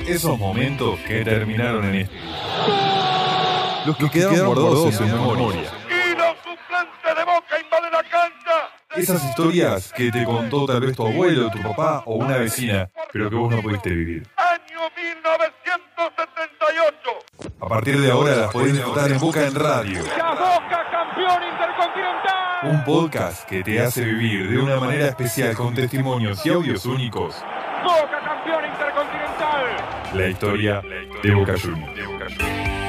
Esos momentos que terminaron en esto. Los que quedaron guardados en memoria. Y los suplentes de Boca invaden la cancha. Esas historias que te contó tal vez tu abuelo, tu papá o una vecina, pero que vos no pudiste vivir. Año 1978. A partir de ahora las podés disfrutar en Boca en Radio. Ya Boca campeón intercontinental. Un podcast que te hace vivir de una manera especial con testimonios y audios únicos. Boca campeón intercontinental. La historia de Boca Juniors.